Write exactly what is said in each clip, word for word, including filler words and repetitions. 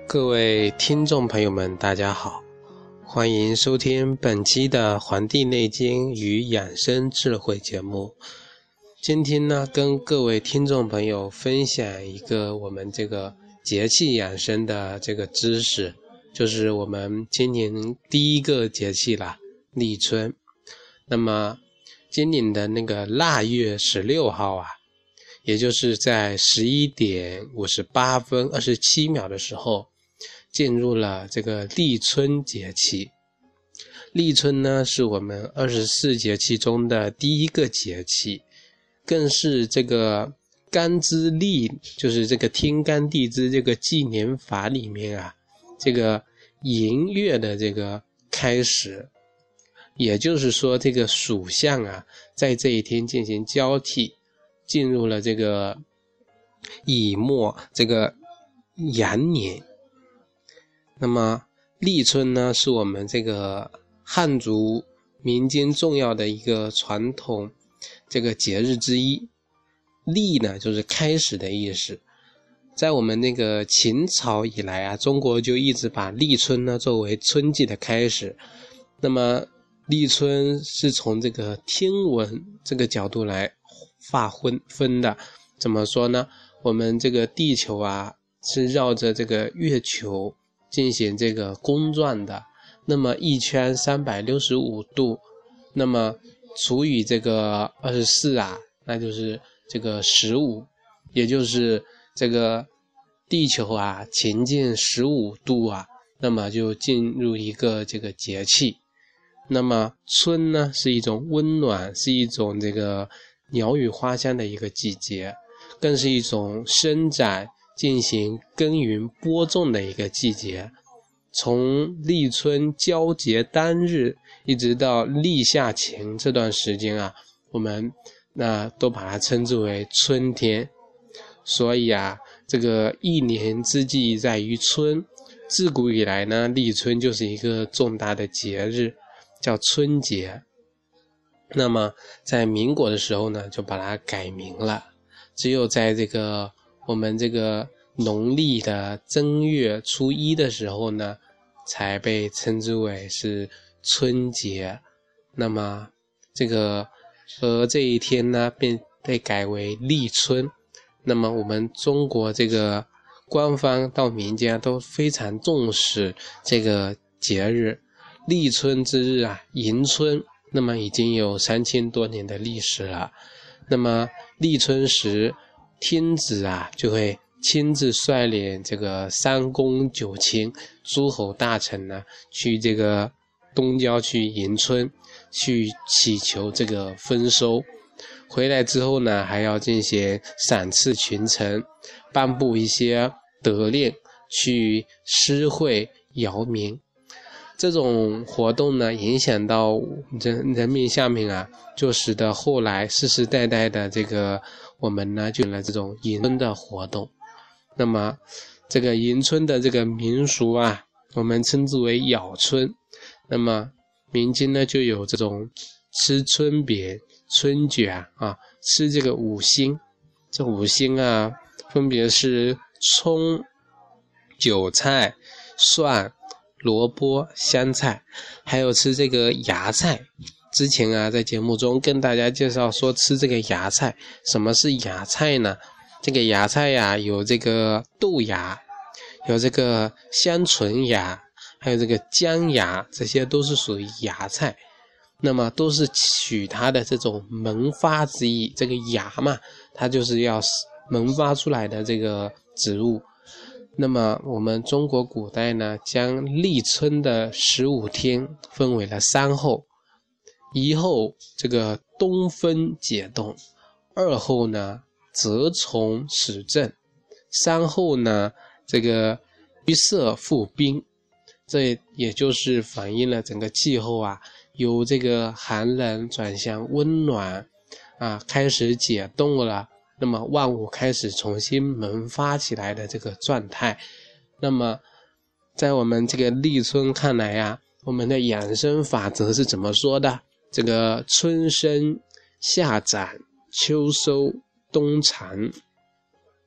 各位听众朋友们大家好，欢迎收听本期的《黄帝内经与养生智慧》节目。今天呢，跟各位听众朋友分享一个我们这个节气养生的这个知识，就是我们今年第一个节气啦，立春。那么今年的那个腊月十六号啊，也就是在十一点五十八分二十七秒的时候，进入了这个立春节气。立春呢，是我们二十四节气中的第一个节气，更是这个干支历，就是这个天干地支这个纪年法里面啊，这个寅月的这个开始。也就是说，这个属相啊，在这一天进行交替，进入了这个乙末这个阳年。那么立春呢，是我们这个汉族民间重要的一个传统这个节日之一。立呢，就是开始的意思。在我们那个秦朝以来啊，中国就一直把立春呢作为春季的开始。那么立春是从这个天文这个角度来划分的。怎么说呢？我们这个地球啊，是绕着这个月球进行这个公转的。那么一圈三百六十五度，那么除以这个二十四啊，那就是这个十五，也就是这个地球啊前进十五度啊，那么就进入一个这个节气。那么春呢，是一种温暖，是一种这个鸟语花香的一个季节，更是一种生长进行耕耘播种的一个季节。从立春交节当日一直到立夏前这段时间啊，我们那都把它称之为春天。所以啊，这个一年之计在于春，自古以来呢，立春就是一个重大的节日，叫春节。那么在民国的时候呢，就把它改名了。只有在这个我们这个农历的正月初一的时候呢，才被称之为是春节。那么这个而这一天呢，便被改为立春。那么我们中国这个官方到民间都非常重视这个节日。立春之日啊，迎春，那么已经有三千多年的历史了。那么立春时，天子啊就会亲自率领这个三公九卿、诸侯大臣呢，去这个东郊去迎春，去祈求这个丰收。回来之后呢，还要进行赏赐群臣，颁布一些德令，去施惠尧民。这种活动呢，影响到人人民下面啊，就使得后来世世代代的这个我们呢，就有了这种迎春的活动。那么这个迎春的这个民俗啊，我们称之为咬春。那么民间呢，就有这种吃春饼、春卷啊，吃这个五星。这五星啊，分别是葱、韭菜、蒜、萝卜、香菜，还有吃这个芽菜。之前啊，在节目中跟大家介绍说吃这个芽菜。什么是芽菜呢？这个芽菜呀，有这个豆芽，有这个香椿芽，还有这个姜芽，这些都是属于芽菜。那么都是取它的这种萌发之意，这个芽嘛，它就是要萌发出来的这个植物。那么我们中国古代呢，将立春的十五天分为了三候。一候这个东风解冻，二候呢蛰虫始振，三候呢这个橘色复冰。这也就是反映了整个气候啊，由这个寒冷转向温暖啊，开始解冻了。那么万物开始重新萌发起来的这个状态。那么在我们这个立春看来啊，我们的养生法则是怎么说的？这个春生夏长秋收冬藏。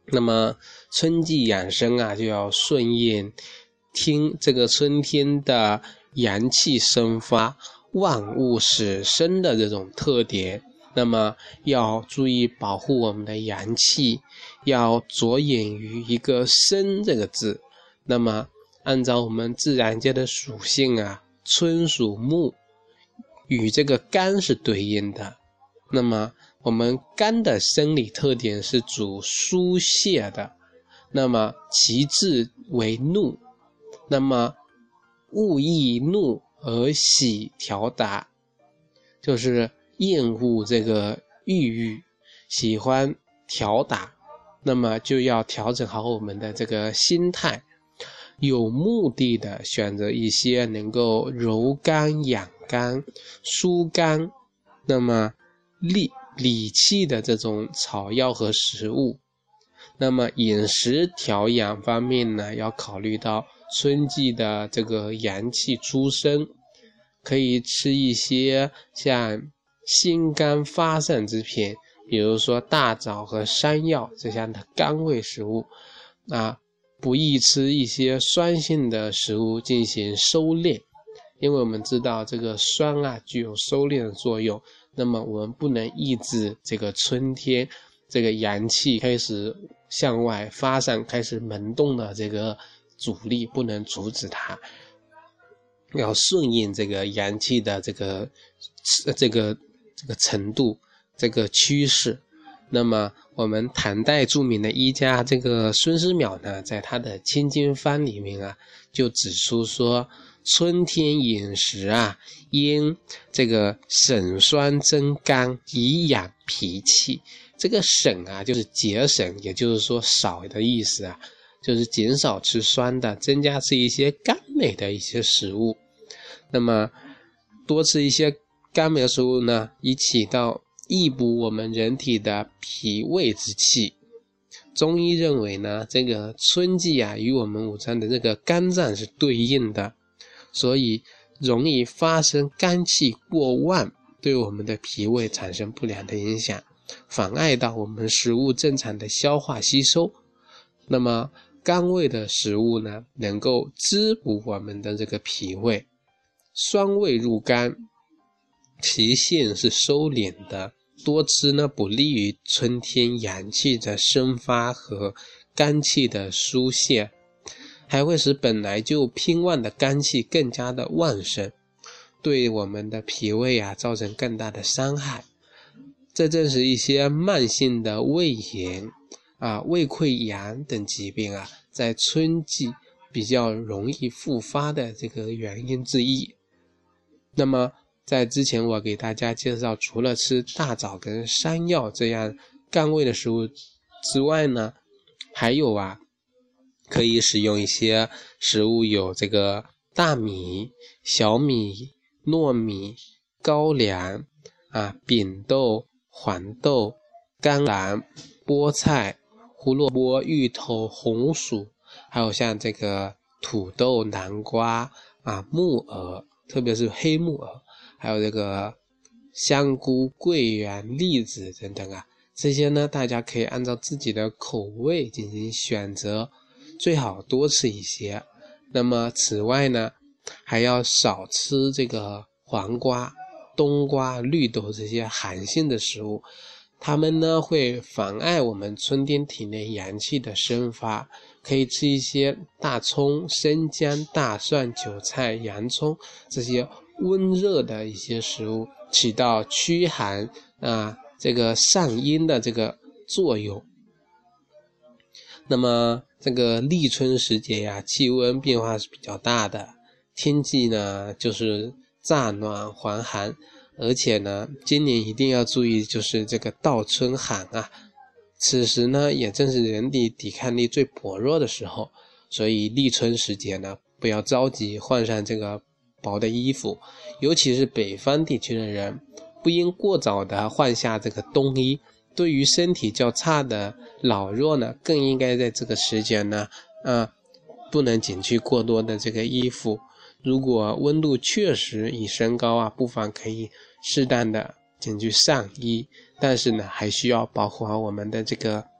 那么春季养生啊，就要顺应听这个春天的阳气生发、万物始生的这种特点，那么要注意保护我们的阳气，要着眼于一个生这个字。那么按照我们自然界的属性啊，春属木，与这个肝是对应的。那么我们肝的生理特点是主疏泄的，那么其志为怒，那么恶易怒而喜调达，就是厌恶这个郁郁，喜欢调打，那么就要调整好我们的这个心态，有目的的选择一些能够柔肝养肝、疏肝，那么利理气的这种草药和食物。那么饮食调养方面呢，要考虑到春季的这个阳气出生，可以吃一些像心肝发散之品，比如说大枣和山药这样的甘味食物啊，不宜吃一些酸性的食物进行收敛，因为我们知道这个酸啊具有收敛的作用，那么我们不能抑制这个春天这个阳气开始向外发散、开始萌动的这个阻力，不能阻止它，要顺应这个阳气的这个这个这个程度、这个趋势。那么我们唐代著名的医家这个孙思邈呢，在他的清经方里面啊，就指出说，春天饮食啊，应这个省酸增甘，以养脾气。这个省啊，就是节省，也就是说少的意思啊，就是减少吃酸的，增加吃一些甘美的一些食物。那么多吃一些甘美的食物呢，以起到益补我们人体的脾胃之气。中医认为呢，这个春季啊，与我们五脏的这个肝脏是对应的，所以容易发生肝气过旺，对我们的脾胃产生不良的影响，妨碍到我们食物正常的消化吸收。那么甘味的食物呢，能够滋补我们的这个脾胃，酸味入肝，其性是收敛的，多吃呢不利于春天阳气的生发和肝气的疏泄，还会使本来就偏旺的肝气更加的旺盛，对我们的脾胃啊造成更大的伤害。这正是一些慢性的胃炎啊、胃溃疡等疾病啊，在春季比较容易复发的这个原因之一。那么在之前我给大家介绍，除了吃大枣跟山药这样甘味的食物之外呢，还有啊，可以使用一些食物，有这个大米、小米、糯米、高粱啊、扁豆、黄豆、甘蓝、菠菜、胡萝卜、芋头、红薯，还有像这个土豆、南瓜啊、木耳，特别是黑木耳，还有这个香菇、桂圆、栗子等等啊，这些呢大家可以按照自己的口味进行选择，最好多吃一些。那么此外呢，还要少吃这个黄瓜、冬瓜、绿豆这些寒性的食物，它们呢会妨碍我们春天体内阳气的生发。可以吃一些大葱、生姜、大蒜、韭菜、洋葱这些温热的一些食物，起到驱寒啊这个散阴的这个作用。那么这个立春时节呀，气温变化是比较大的，天气呢就是乍暖还寒，而且呢今年一定要注意，就是这个倒春寒啊，此时呢也正是人体抵抗力最薄弱的时候，所以立春时节呢不要着急换上这个薄的衣服，尤其是北方地区的人不应过早的换下这个冬衣。对于身体较差的老弱呢，更应该在这个时间呢啊，不能减去过多的这个衣服。如果温度确实已升高啊，不妨可以适当的减去上衣，但是呢还需要保护好我们的这个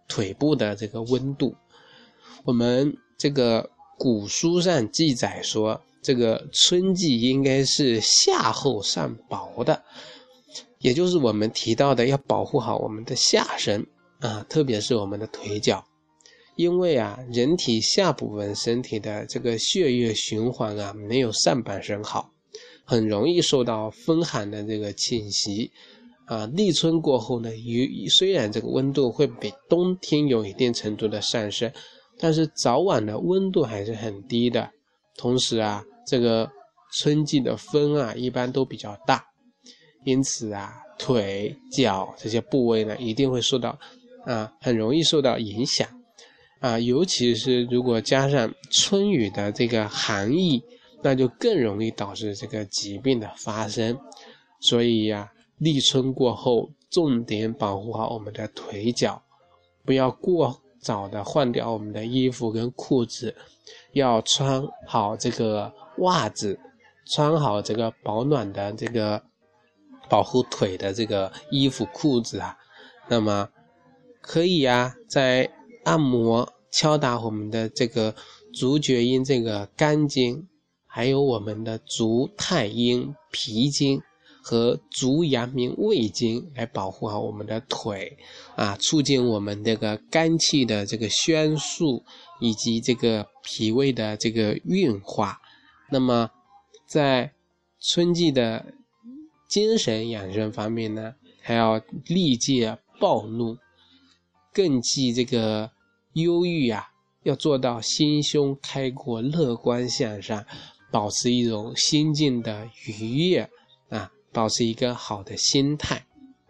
腿部的这个温度。我们这个古书上记载说，这个春季应该是夏后上薄的，也就是我们提到的要保护好我们的下身啊，特别是我们的腿脚。因为啊，人体下部分身体的这个血液循环啊，没有上半身好，很容易受到风寒的这个侵袭啊。立春过后呢，虽然这个温度会比冬天有一定程度的上升，但是早晚的温度还是很低的。同时啊，这个春季的风啊，一般都比较大，因此啊，腿脚这些部位呢，一定会受到啊，很容易受到影响。啊，尤其是如果加上春雨的这个寒意，那就更容易导致这个疾病的发生。所以呀、啊，立春过后，重点保护好我们的腿脚，不要过早的换掉我们的衣服跟裤子，要穿好这个袜子，穿好这个保暖的这个保护腿的这个衣服裤子啊。那么可以啊，在按摩敲打我们的这个足厥阴这个肝经，还有我们的足太阴脾经和足阳明胃经，来保护好我们的腿啊，促进我们这个肝气的这个宣肃，以及这个脾胃的这个运化。那么在春季的精神养生方面呢，还要力戒暴怒，更忌这个忧郁啊，要做到心胸开阔，乐观向上，保持一种心境的愉悦啊，保持一个好的心态。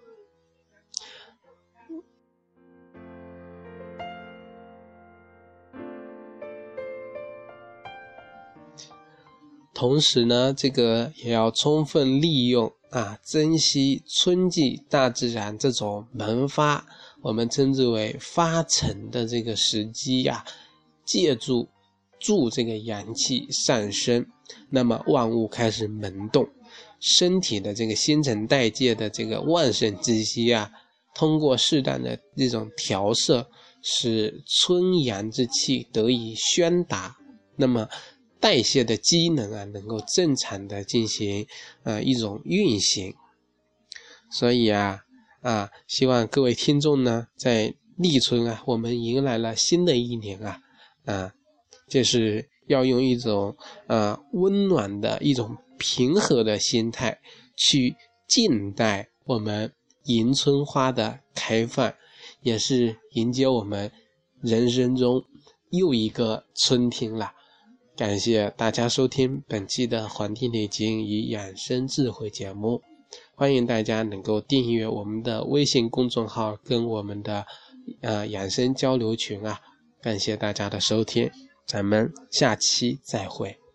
同时呢，这个也要充分利用啊，珍惜春季大自然这种萌发，我们称之为发陈的这个时机呀、啊，借助助这个阳气上升，那么万物开始萌动，身体的这个新陈代谢的这个旺盛之息啊，通过适当的这种调摄，使春阳之气得以宣达，那么代谢的机能啊，能够正常的进行呃一种运行。所以啊啊，希望各位听众呢，在立春啊，我们迎来了新的一年啊啊，就是要用一种呃温暖的一种平和的心态去静待我们迎春花的开放，也是迎接我们人生中又一个春天了。感谢大家收听本期的《黄帝内经与养生智慧》节目，欢迎大家能够订阅我们的微信公众号跟我们的呃养生交流群啊，感谢大家的收听，咱们下期再会。